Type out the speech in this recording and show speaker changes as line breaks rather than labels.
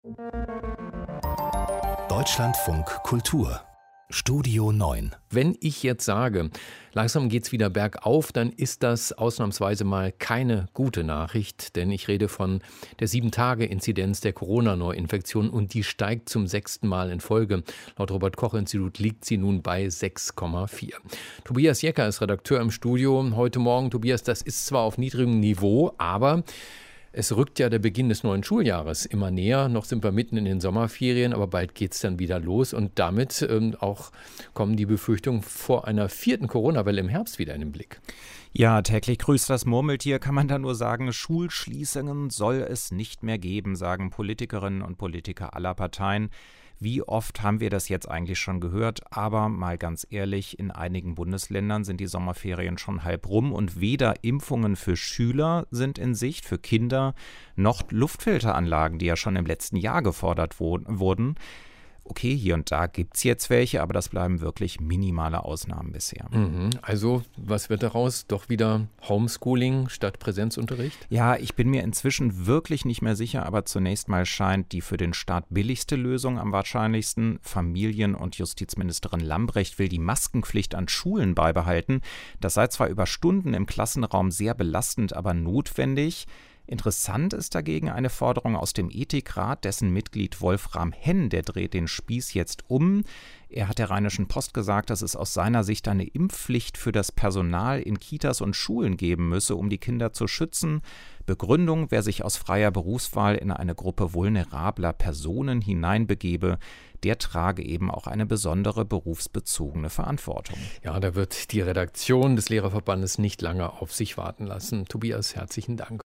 Deutschlandfunk Kultur Studio 9.
Wenn ich jetzt sage, langsam geht's wieder bergauf, dann ist das ausnahmsweise mal keine gute Nachricht, denn ich rede von der 7-Tage-Inzidenz der Corona-Neuinfektion und die steigt zum 6. Mal in Folge. Laut Robert-Koch-Institut liegt sie nun bei 6,4. Tobias Jecker ist Redakteur im Studio heute Morgen. Tobias, das ist zwar auf niedrigem Niveau, aber es rückt ja der Beginn des neuen Schuljahres immer näher. Noch sind wir mitten in den Sommerferien, aber bald geht es dann wieder los. Und damit auch kommen die Befürchtungen vor einer 4. Corona-Welle im Herbst wieder in den Blick.
Ja, täglich grüßt das Murmeltier, kann man da nur sagen, Schulschließungen soll es nicht mehr geben, sagen Politikerinnen und Politiker aller Parteien. Wie oft haben wir das jetzt eigentlich schon gehört? Aber mal ganz ehrlich, in einigen Bundesländern sind die Sommerferien schon halb rum und weder Impfungen für Schüler sind in Sicht, für Kinder, noch Luftfilteranlagen, die ja schon im letzten Jahr gefordert wurden. Okay, hier und da gibt es jetzt welche, aber das bleiben wirklich minimale Ausnahmen bisher.
Also, was wird daraus? Doch wieder Homeschooling statt Präsenzunterricht?
Ja, ich bin mir inzwischen wirklich nicht mehr sicher, aber zunächst mal scheint die für den Staat billigste Lösung am wahrscheinlichsten. Familien- und Justizministerin Lambrecht will die Maskenpflicht an Schulen beibehalten. Das sei zwar über Stunden im Klassenraum sehr belastend, aber notwendig. Interessant ist dagegen eine Forderung aus dem Ethikrat, dessen Mitglied Wolfram Henn, der dreht den Spieß jetzt um. Er hat der Rheinischen Post gesagt, dass es aus seiner Sicht eine Impfpflicht für das Personal in Kitas und Schulen geben müsse, um die Kinder zu schützen. Begründung, wer sich aus freier Berufswahl in eine Gruppe vulnerabler Personen hineinbegebe, der trage eben auch eine besondere berufsbezogene Verantwortung.
Ja, da wird die Redaktion des Lehrerverbandes nicht lange auf sich warten lassen. Tobias, herzlichen Dank.